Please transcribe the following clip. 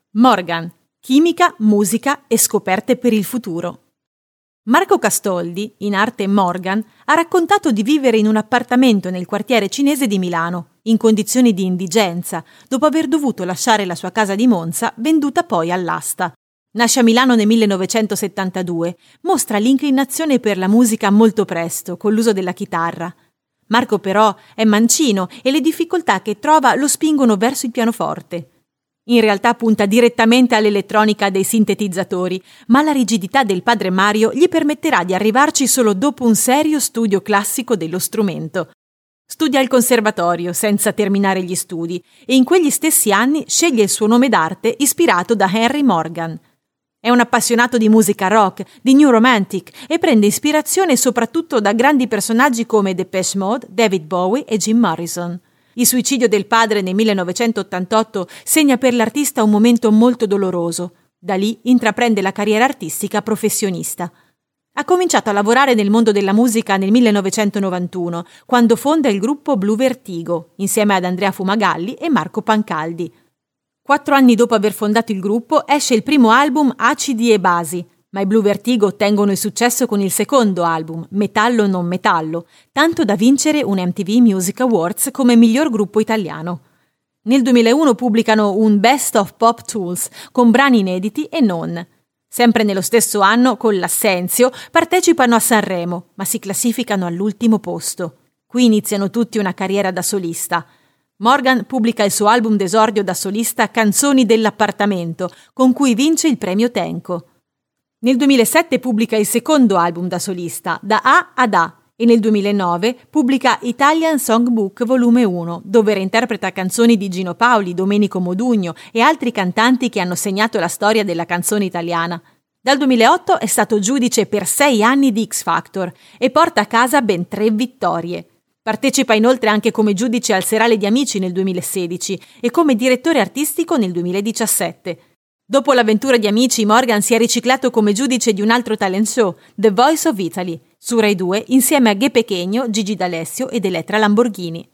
Morgan, chimica, musica e scoperte per il futuro. Marco Castoldi, in arte Morgan, ha raccontato di vivere in un appartamento nel quartiere cinese di Milano, in condizioni di indigenza, dopo aver dovuto lasciare la sua casa di Monza, venduta poi all'asta. Nasce a Milano nel 1972, mostra l'inclinazione per la musica molto presto, con l'uso della chitarra. Marco però è mancino e le difficoltà che trova lo spingono verso il pianoforte. In realtà punta direttamente all'elettronica dei sintetizzatori, ma la rigidità del padre Mario gli permetterà di arrivarci solo dopo un serio studio classico dello strumento. Studia al conservatorio senza terminare gli studi e in quegli stessi anni sceglie il suo nome d'arte ispirato da Henry Morgan. È un appassionato di musica rock, di New Romantic e prende ispirazione soprattutto da grandi personaggi come Depeche Mode, David Bowie e Jim Morrison. Il suicidio del padre nel 1988 segna per l'artista un momento molto doloroso. Da lì intraprende la carriera artistica professionista. Ha cominciato a lavorare nel mondo della musica nel 1991, quando fonda il gruppo Blue Vertigo, insieme ad Andrea Fumagalli e Marco Pancaldi. 4 anni dopo aver fondato il gruppo esce il primo album Acidi e Basi, ma i Blue Vertigo ottengono il successo con il secondo album, Metallo non metallo, tanto da vincere un MTV Music Awards come miglior gruppo italiano. Nel 2001 pubblicano un Best of Pop Tools con brani inediti e non. Sempre nello stesso anno, con l'Assenzio, partecipano a Sanremo, ma si classificano all'ultimo posto. Qui iniziano tutti una carriera da solista. Morgan pubblica il suo album d'esordio da solista Canzoni dell'appartamento, con cui vince il premio Tenco. Nel 2007 pubblica il secondo album da solista, Da A ad A, e nel 2009 pubblica Italian Songbook Volume 1, dove reinterpreta canzoni di Gino Paoli, Domenico Modugno e altri cantanti che hanno segnato la storia della canzone italiana. Dal 2008 è stato giudice per 6 anni di X Factor e porta a casa ben 3 vittorie. Partecipa inoltre anche come giudice al Serale di Amici nel 2016 e come direttore artistico nel 2017. Dopo l'avventura di Amici, Morgan si è riciclato come giudice di un altro talent show, The Voice of Italy, su Rai 2, insieme a Ghe Pechegno, Gigi D'Alessio ed Elettra Lamborghini.